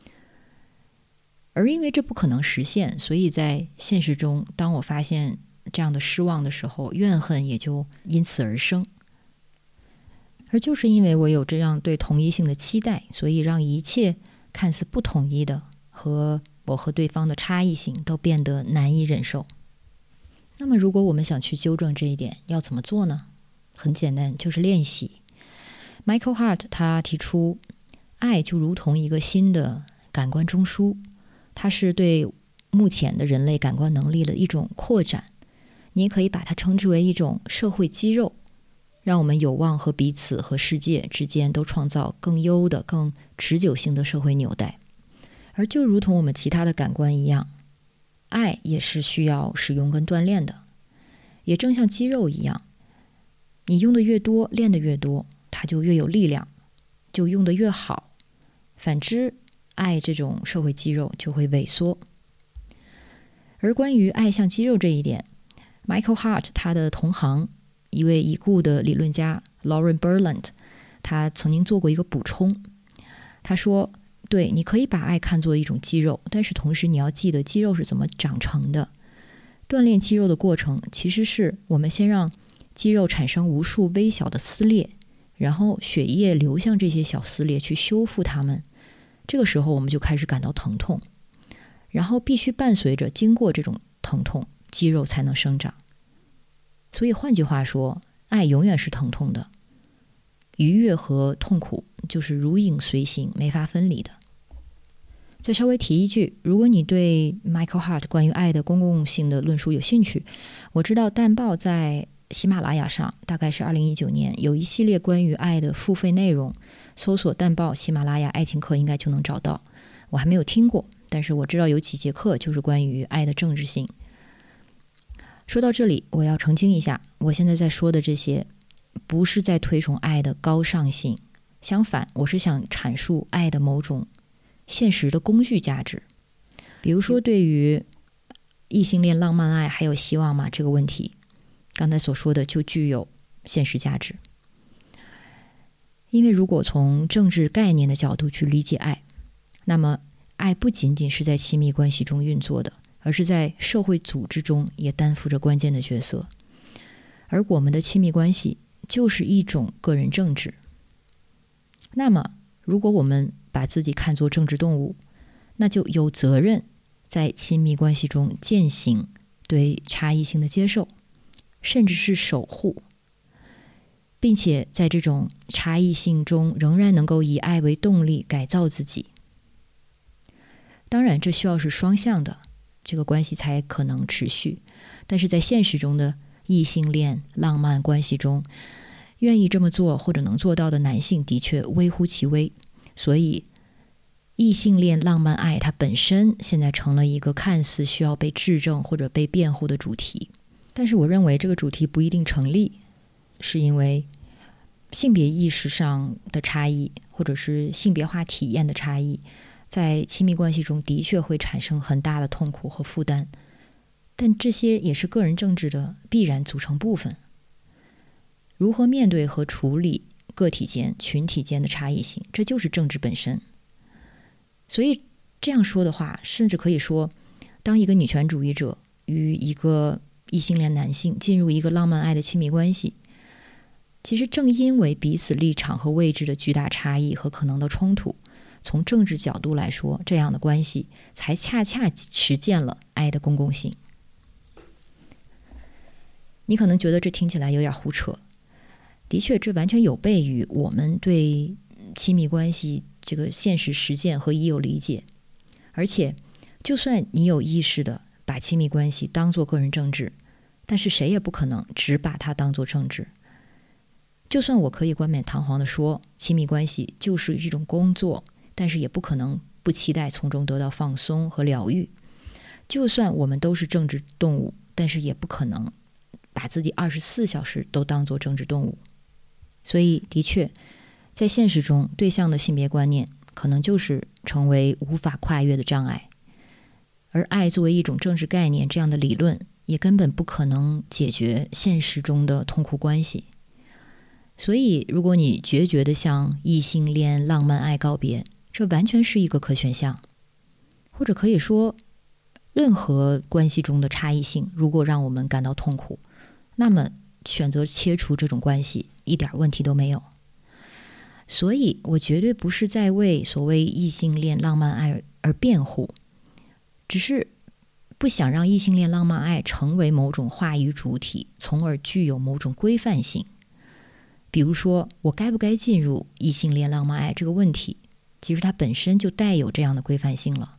[SPEAKER 1] 而因为这不可能实现，所以在现实中，当我发现这样的失望的时候，怨恨也就因此而生。而就是因为我有这样对同一性的期待，所以让一切看似不统一的和我和对方的差异性都变得难以忍受。那么如果我们想去纠正这一点，要怎么做呢？很简单，就是练习。Michael Hart 他提出，爱就如同一个新的感官中枢，它是对目前的人类感官能力的一种扩展。你也可以把它称之为一种社会肌肉，让我们有望和彼此和世界之间都创造更优的、更持久性的社会纽带。而就如同我们其他的感官一样，爱也是需要使用跟锻炼的。也正像肌肉一样，你用的越多，练得越多，它就越有力量，就用得越好。反之，爱这种社会肌肉就会萎缩。而关于爱像肌肉这一点， Michael Hart 他的同行一位已故的理论家 Lauren Berlant， 他曾经做过一个补充。他说，对，你可以把爱看作一种肌肉，但是同时你要记得肌肉是怎么长成的。锻炼肌肉的过程其实是我们先让肌肉产生无数微小的撕裂， 然后血液流向这些小撕裂去修复它们，这个时候我们就开始感到疼痛，然后必须伴随着经过这种疼痛，肌肉才能生长。所以换句话说，爱永远是疼痛的，愉悦和痛苦就是如影随形，没法分离的。再稍微提一句，如果你对 Michael Hart 关于爱的公共性的论述有兴趣，我知道淡报在喜马拉雅上大概是二零一九年有一系列关于爱的付费内容，搜索淡报喜马拉雅爱情课应该就能找到。我还没有听过，但是我知道有几节课就是关于爱的政治性。说到这里，我要澄清一下，我现在在说的这些不是在推崇爱的高尚性，相反，我是想阐述爱的某种现实的工具价值。比如说对于异性恋浪漫爱还有希望吗这个问题，刚才所说的就具有现实价值。因为如果从政治概念的角度去理解爱，那么爱不仅仅是在亲密关系中运作的，而是在社会组织中也担负着关键的角色。而我们的亲密关系就是一种个人政治。那么如果我们把自己看作政治动物，那就有责任在亲密关系中践行对差异性的接受，甚至是守护，并且在这种差异性中仍然能够以爱为动力改造自己。当然这需要是双向的，这个关系才可能持续。但是在现实中的异性恋浪漫关系中，愿意这么做或者能做到的男性的确微乎其微，所以异性恋浪漫爱它本身现在成了一个看似需要被质证或者被辩护的主题。但是我认为这个主题不一定成立，是因为性别意识上的差异，或者是性别化体验的差异，在亲密关系中的确会产生很大的痛苦和负担，但这些也是个人政治的必然组成部分。如何面对和处理个体间、群体间的差异性，这就是政治本身。所以这样说的话，甚至可以说，当一个女权主义者与一个异性恋男性进入一个浪漫爱的亲密关系，其实正因为彼此立场和位置的巨大差异和可能的冲突，从政治角度来说，这样的关系才恰恰实践了爱的公共性。你可能觉得这听起来有点胡扯，的确这完全有悖于我们对亲密关系这个现实实践和已有理解。而且就算你有意识的把亲密关系当作个人政治，但是谁也不可能只把它当作政治。就算我可以冠冕堂皇的说亲密关系就是一种工作，但是也不可能不期待从中得到放松和疗愈。就算我们都是政治动物，但是也不可能把自己二十四小时都当作政治动物。所以的确在现实中，对象的性别观念可能就是成为无法跨越的障碍，而爱作为一种政治概念，这样的理论也根本不可能解决现实中的痛苦关系。所以如果你决绝地向异性恋浪漫爱告别，这完全是一个可选项。或者可以说，任何关系中的差异性如果让我们感到痛苦，那么选择切除这种关系一点问题都没有。所以我绝对不是在为所谓异性恋浪漫爱而辩护，只是不想让异性恋浪漫爱成为某种话语主体，从而具有某种规范性。比如说我该不该进入异性恋浪漫爱这个问题，其实它本身就带有这样的规范性了。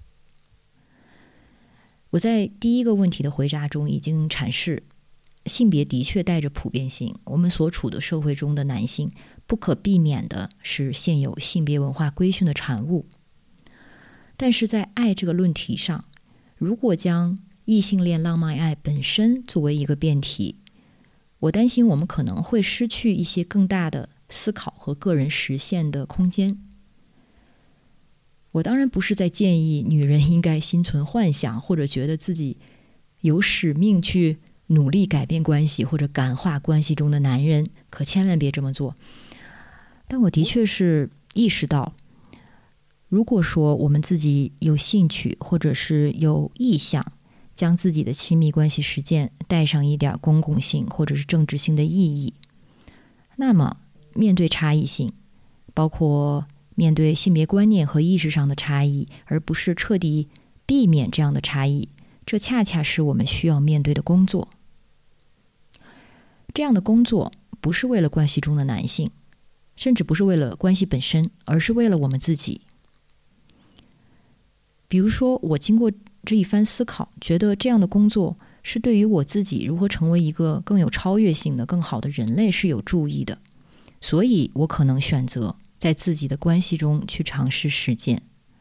[SPEAKER 1] 我在第一个问题的回答中已经阐释，性别的确带着普遍性，我们所处的社会中的男性不可避免的是现有性别文化规训的产物。但是在爱这个论题上，如果将异性恋浪漫爱本身作为一个辩题，我担心我们可能会失去一些更大的思考和个人实现的空间。我当然不是在建议女人应该心存幻想，或者觉得自己有使命去努力改变关系或者感化关系中的男人，可千万别这么做。但我的确是意识到，如果说我们自己有兴趣或者是有意向将自己的亲密关系实践带上一点公共性或者是政治性的意义，那么面对差异性，包括面对性别观念和意识上的差异，而不是彻底避免这样的差异，这恰恰是我们需要面对的工作。这样的工作不是为了关系中的男性，甚至不是为了关系本身，而是为了我们自己。比如说，我经过这一番思考，觉得这样的工作是对于我自己如何成为一个更有超越性的、更好的人类是有助益的，所以我可能选择在自己的关系中去尝试实践。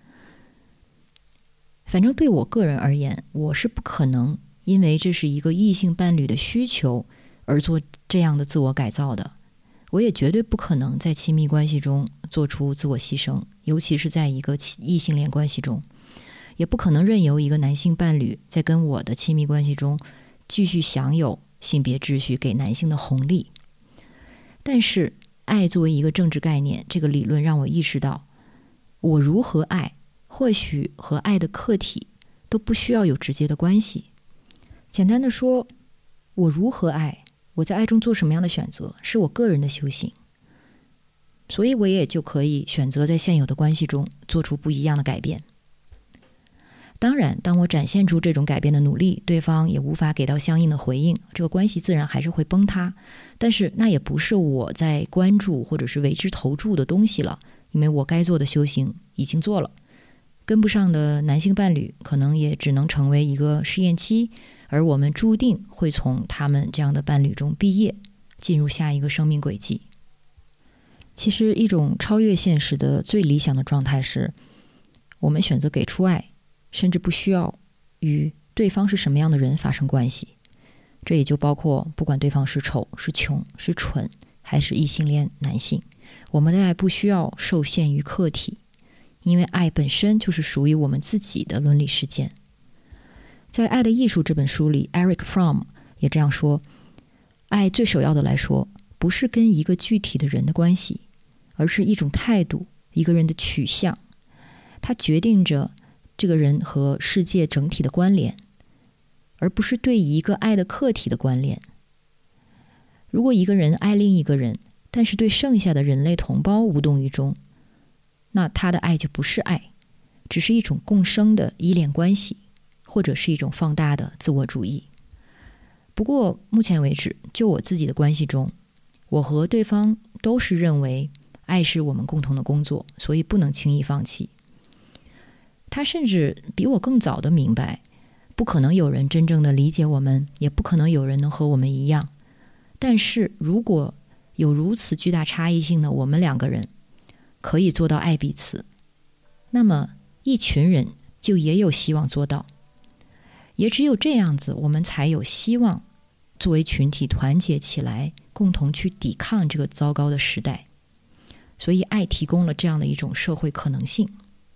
[SPEAKER 1] 反正对我个人而言，我是不可能因为这是一个异性伴侣的需求而做这样的自我改造的。我也绝对不可能在亲密关系中做出自我牺牲，尤其是在一个异性恋关系中，也不可能任由一个男性伴侣在跟我的亲密关系中继续享有性别秩序给男性的红利。但是爱作为一个政治概念，这个理论让我意识到，我如何爱或许和爱的客体都不需要有直接的关系。简单的说，我如何爱，我在爱中做什么样的选择，是我个人的修行，所以我也就可以选择在现有的关系中做出不一样的改变。当然，当我展现出这种改变的努力，对方也无法给到相应的回应，这个关系自然还是会崩塌。但是那也不是我在关注或者是为之投注的东西了，因为我该做的修行已经做了。跟不上的男性伴侣可能也只能成为一个试验期，而我们注定会从他们这样的伴侣中毕业，进入下一个生命轨迹。其实一种超越现实的最理想的状态是，我们选择给出爱，甚至不需要与对方是什么样的人发生关系。这也就包括不管对方是丑、是穷、是蠢，还是异性恋男性，我们的爱不需要受限于客体，因为爱本身就是属于我们自己的伦理事件。在《爱的艺术》这本书里， Eric Fromm 也这样说，爱最首要的来说，不是跟一个具体的人的关系，而是一种态度，一个人的取向，它决定着这个人和世界整体的关联，而不是对一个爱的客体的关联。如果一个人爱另一个人，但是对剩下的人类同胞无动于衷，那他的爱就不是爱，只是一种共生的依恋关系，或者是一种放大的自我主义。不过目前为止，就我自己的关系中，我和对方都是认为爱是我们共同的工作，所以不能轻易放弃。他甚至比我更早的明白，不可能有人真正的理解我们，也不可能有人能和我们一样。但是如果有如此巨大差异性的我们两个人可以做到爱彼此，那么一群人就也有希望做到。也只有这样子，我们才有希望作为群体团结起来，共同去抵抗这个糟糕的时代。所以爱提供了这样的一种社会可能性。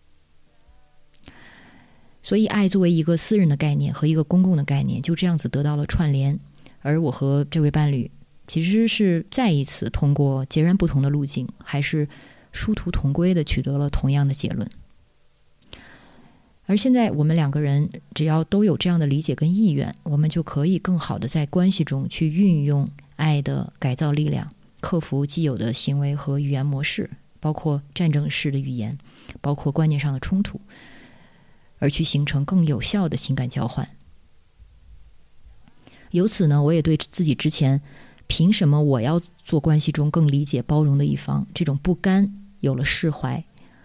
[SPEAKER 1] 所以爱作为一个私人的概念和一个公共的概念，就这样子得到了串联。而我和这位伴侣其实是再一次通过截然不同的路径，还是殊途同归的取得了同样的结论。而现在我们两个人只要都有这样的理解跟意愿，我们就可以更好的在关系中去运用爱的改造力量，克服既有的行为和语言模式，包括战争式的语言，包括观念上的冲突，而去形成更有效的情感交换。由此呢，我也对自己之前凭什么我要做关系中更理解包容的一方这种不甘有了释怀。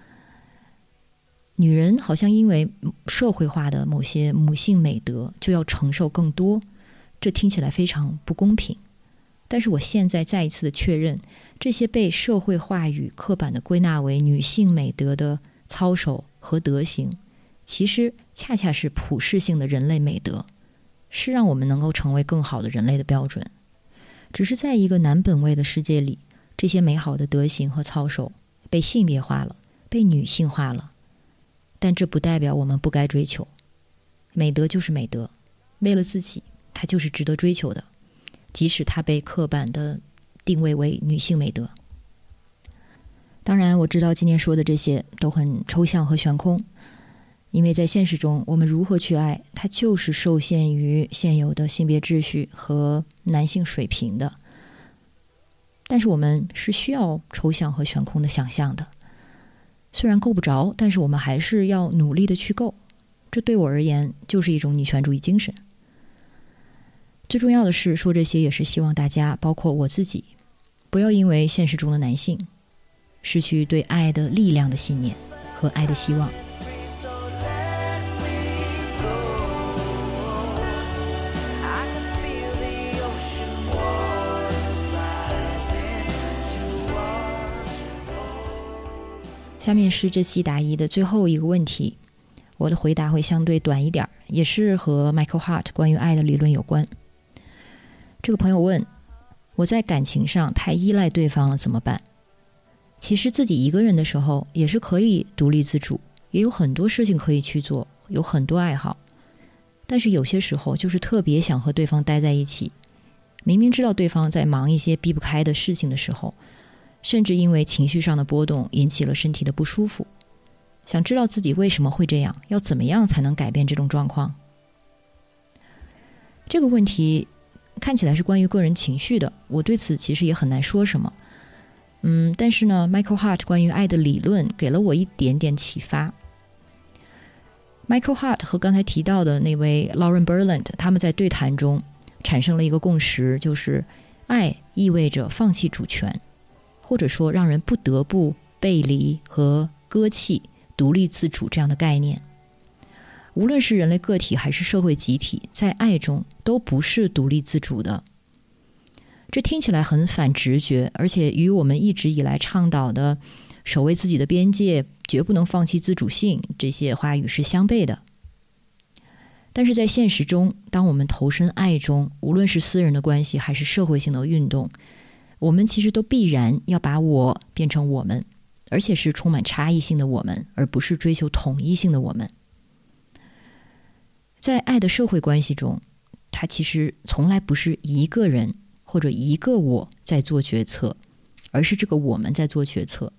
[SPEAKER 1] 女人好像因为社会化的某些母性美德就要承受更多，这听起来非常不公平。但是我现在再一次的确认，这些被社会话语刻板的归纳为女性美德的操守和德行，其实恰恰是普世性的人类美德，是让我们能够成为更好的人类的标准。只是在一个男本位的世界里，这些美好的德行和操守被性别化了，被女性化了。但这不代表我们不该追求，美德就是美德，为了自己，它就是值得追求的，即使它被刻板的定位为女性美德。当然我知道今天说的这些都很抽象和悬空，因为在现实中我们如何去爱，它就是受限于现有的性别秩序和男性水平的。 但是我们是需要抽象和悬空的想象的。虽然够不着，但是我们还是要努力的去够。这对我而言就是一种女权主义精神。最重要的是，说这些也是希望大家，包括我自己，不要因为现实中的男性失去对爱的力量的信念和爱的希望。下面是这期答疑的最后一个问题，我的回答会相对短一点，也是和 Michael Hart 关于爱的理论有关。这个朋友问，我在感情上太依赖对方了怎么办？其实自己一个人的时候也是可以独立自主，也有很多事情可以去做，有很多爱好，但是有些时候就是特别想和对方待在一起，明明知道对方在忙一些避不开的事情的时候，甚至因为情绪上的波动引起了身体的不舒服，想知道自己为什么会这样，要怎么样才能改变这种状况。这个问题看起来是关于个人情绪的，我对此其实也很难说什么。嗯，但是呢 Michael Hart 关于爱的理论给了我一点点启发。Michael Hart 和刚才提到的那位 Lauren Berlant 他们在对谈中产生了一个共识，就是爱意味着放弃主权，或者说让人不得不背离和割弃独立自主这样的概念。无论是人类个体还是社会集体，在爱中都不是独立自主的。这听起来很反直觉，而且与我们一直以来倡导的守卫自己的边界，绝不能放弃自主性这些话语是相悖的。但是在现实中，当我们投身爱中，无论是私人的关系还是社会性的运动，我们其实都必然要把我变成我们，而且是充满差异性的我们，而不是追求统一性的我们。在爱的社会关系中，它其实从来不是一个人或者一个我在做决策，而是这个我们在做决策。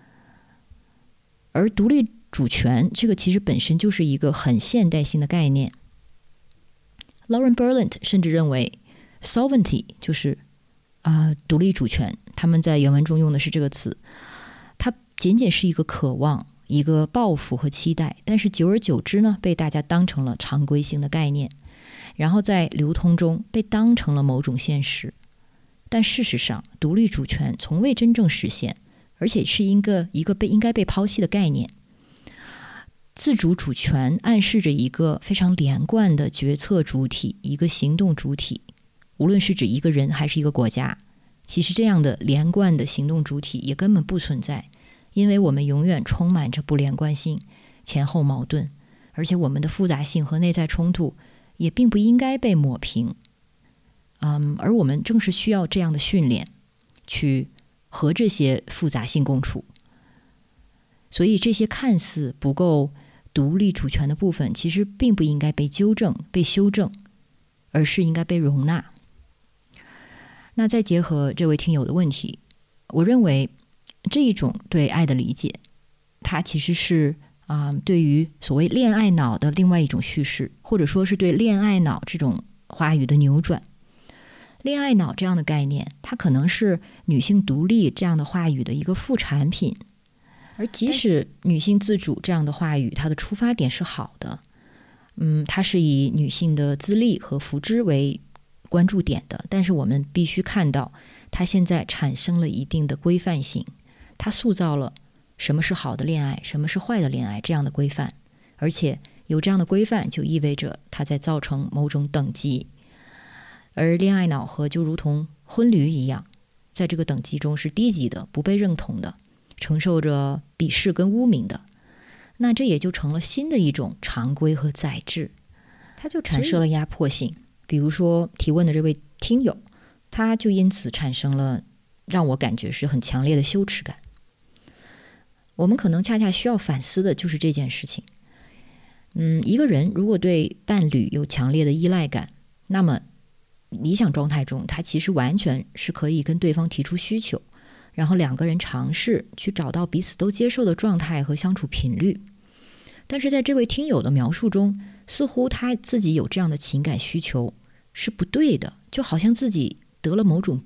[SPEAKER 1] 而独立主权这个其实本身就是一个很现代性的概念。Lauren Berlant 甚至认为 sovereignty 就是啊、呃，独立主权，他们在原文中用的是这个词，它仅仅是一个渴望，一个抱负和期待，但是久而久之呢，被大家当成了常规性的概念，然后在流通中被当成了某种现实。但事实上，独立主权从未真正实现，而且是一个一个被应该被抛弃的概念。自主主权暗示着一个非常连贯的决策主体，一个行动主体，无论是指一个人还是一个国家，其实这样的连贯的行动主体也根本不存在，因为我们永远充满着不连贯性、前后矛盾，而且我们的复杂性和内在冲突也并不应该被抹平。嗯，而我们正是需要这样的训练，去和这些复杂性共处。所以这些看似不够独立主权的部分，其实并不应该被纠正、被修正，而是应该被容纳。那再结合这位听友的问题，我认为这一种对爱的理解，它其实是啊、呃，对于所谓恋爱脑的另外一种叙事，或者说是对恋爱脑这种话语的扭转。恋爱脑这样的概念，它可能是女性独立这样的话语的一个副产品，而即使女性自主这样的话语，它的出发点是好的，嗯，它是以女性的自立和福祉为关注点的，但是我们必须看到，它现在产生了一定的规范性，它塑造了什么是好的恋爱，什么是坏的恋爱这样的规范，而且有这样的规范，就意味着它在造成某种等级。而恋爱脑和就如同婚驴一样，在这个等级中是低级的，不被认同的，承受着鄙视跟污名的。那这也就成了新的一种常规和载制，它就产生了压迫性。比如说提问的这位听友，他就因此产生了让我感觉是很强烈的羞耻感。我们可能恰恰需要反思的就是这件事情。嗯，一个人如果对伴侣有强烈的依赖感，那么理想状态中，他其实完全是可以跟对方提出需求，然后两个人尝试去找到彼此都接受的状态和相处频率。但是在这位听友的描述中，似乎他自己有这样的情感需求是不对的，就好像自己得了某种病，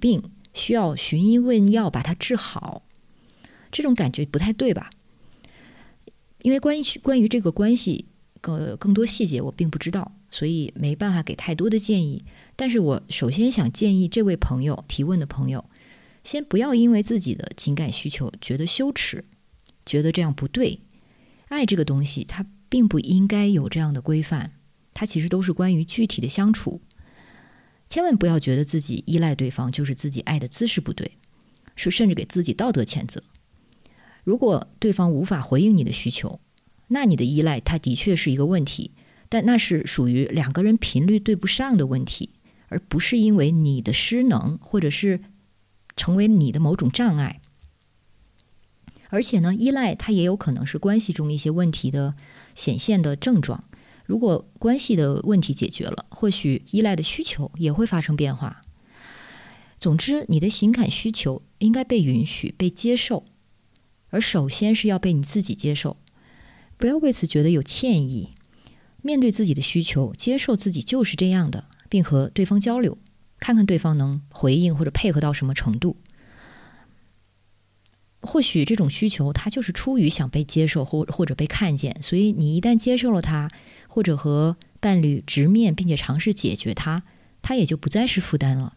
[SPEAKER 1] 需要寻医问药把它治好，这种感觉不太对吧？因为关于关于这个关系更更多细节我并不知道，所以没办法给太多的建议。但是我首先想建议这位朋友提问的朋友，先不要因为自己的情感需求觉得羞耻，觉得这样不对。爱这个东西它并不应该有这样的规范，它其实都是关于具体的相处。千万不要觉得自己依赖对方就是自己爱的姿势不对，是甚至给自己道德谴责。如果对方无法回应你的需求，那你的依赖它的确是一个问题，但那是属于两个人频率对不上的问题，而不是因为你的失能或者是成为你的某种障碍。而且呢，依赖它也有可能是关系中一些问题的显现的症状。如果关系的问题解决了，或许依赖的需求也会发生变化。总之，你的情感需求应该被允许、被接受，而首先是要被你自己接受，不要为此觉得有歉意。面对自己的需求，接受自己就是这样的，并和对方交流，看看对方能回应或者配合到什么程度。或许这种需求它就是出于想被接受或或者被看见，所以你一旦接受了它，或者和伴侣直面并且尝试解决它，它也就不再是负担了。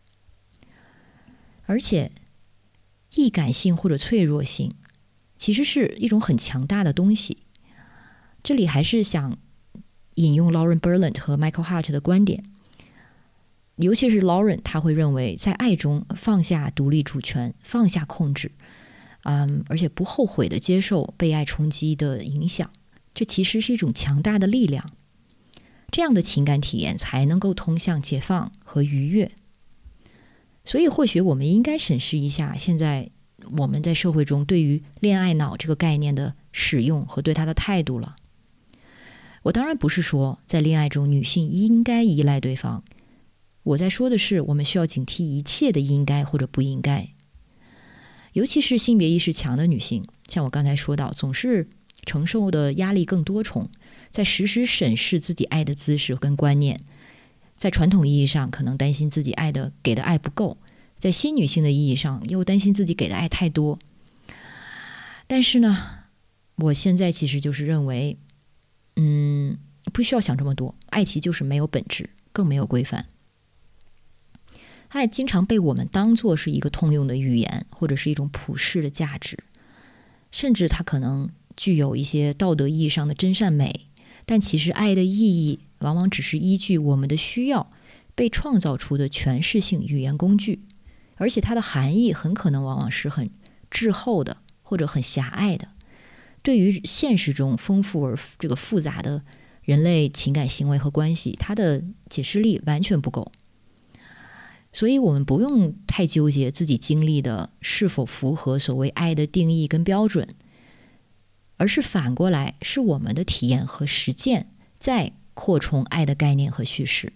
[SPEAKER 1] 而且易感性或者脆弱性其实是一种很强大的东西。这里还是想引用 Lauren Berlant 和 Michael Hart 的观点，尤其是 Lauren 他会认为在爱中放下独立主权，放下控制，嗯，而且不后悔地接受被爱冲击的影响，这其实是一种强大的力量。这样的情感体验才能够通向解放和愉悦。所以或许我们应该审视一下现在我们在社会中对于恋爱脑这个概念的使用和对它的态度了。我当然不是说在恋爱中女性应该依赖对方，我在说的是我们需要警惕一切的应该或者不应该。尤其是性别意识强的女性，像我刚才说到，总是承受的压力更多重，在时时审视自己爱的姿势跟观念。在传统意义上可能担心自己爱的给的爱不够，在新女性的意义上又担心自己给的爱太多。但是呢，我现在其实就是认为嗯，不需要想这么多，爱其就是没有本质，更没有规范。爱经常被我们当作是一个通用的语言，或者是一种普世的价值，甚至它可能具有一些道德意义上的真善美，但其实爱的意义往往只是依据我们的需要被创造出的诠释性语言工具，而且它的含义很可能往往是很滞后的或者很狭隘的，对于现实中丰富而这个复杂的人类情感行为和关系，它的解释力完全不够。所以我们不用太纠结自己经历的是否符合所谓爱的定义跟标准，而是反过来是我们的体验和实践在扩充爱的概念和叙事。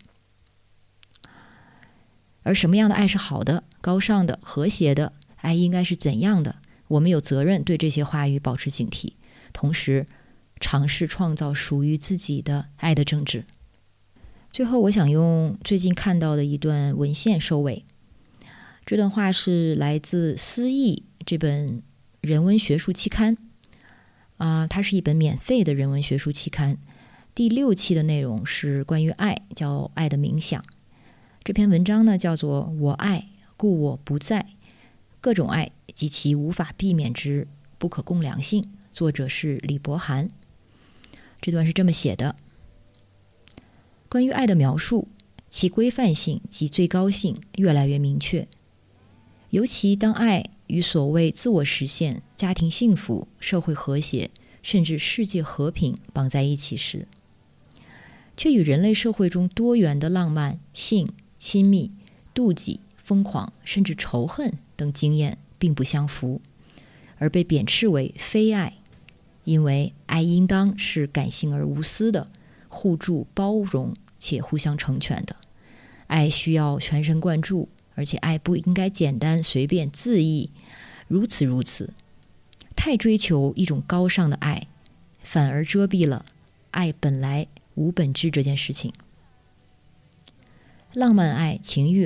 [SPEAKER 1] 而什么样的爱是好的、高尚的、和谐的，爱应该是怎样的，我们有责任对这些话语保持警惕，同时尝试创造属于自己的爱的政治。最后我想用最近看到的一段文献收尾，这段话是来自《思义》这本人文学术期刊、呃、它是一本免费的人文学术期刊，第六期的内容是关于爱，叫爱的冥想。这篇文章呢叫做我爱故我不在，各种爱及其无法避免之不可共良性，作者是李伯涵。这段是这么写的：关于爱的描述，其规范性及最高性越来越明确，尤其当爱与所谓自我实现、家庭幸福、社会和谐，甚至世界和平绑在一起时，却与人类社会中多元的浪漫、性、亲密、妒忌、疯狂甚至仇恨等经验并不相符，而被贬斥为非爱。因为爱应当是感性而无私的，互助包容且互相成全的，爱需要全神贯注，而且爱不应该简单随便恣意，如此如此。太追求一种高尚的爱，反而遮蔽了爱本来无本质这件事情。浪漫爱、情欲爱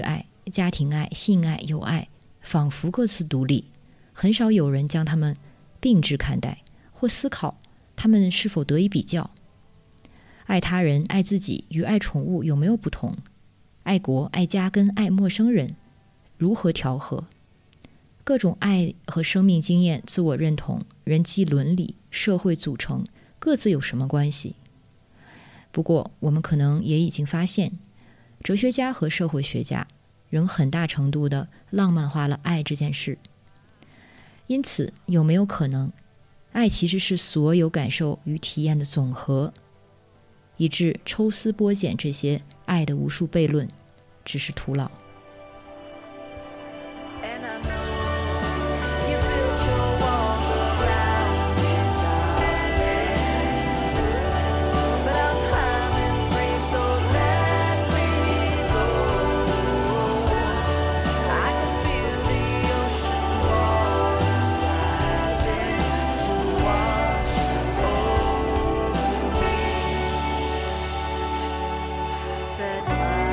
[SPEAKER 1] 家庭爱、性爱、友爱仿佛各自独立，很少有人将它们并置看待，或思考它们是否得以比较。爱他人、爱自己与爱宠物有没有不同？爱国、爱家跟爱陌生人如何调和？各种爱和生命经验、自我认同、人际伦理、社会组成各自有什么关系？不过我们可能也已经发现，哲学家和社会学家仍很大程度地浪漫化了爱这件事。因此，有没有可能，爱其实是所有感受与体验的总和，以致抽丝剥茧这些爱的无数悖论只是徒劳？
[SPEAKER 2] Set my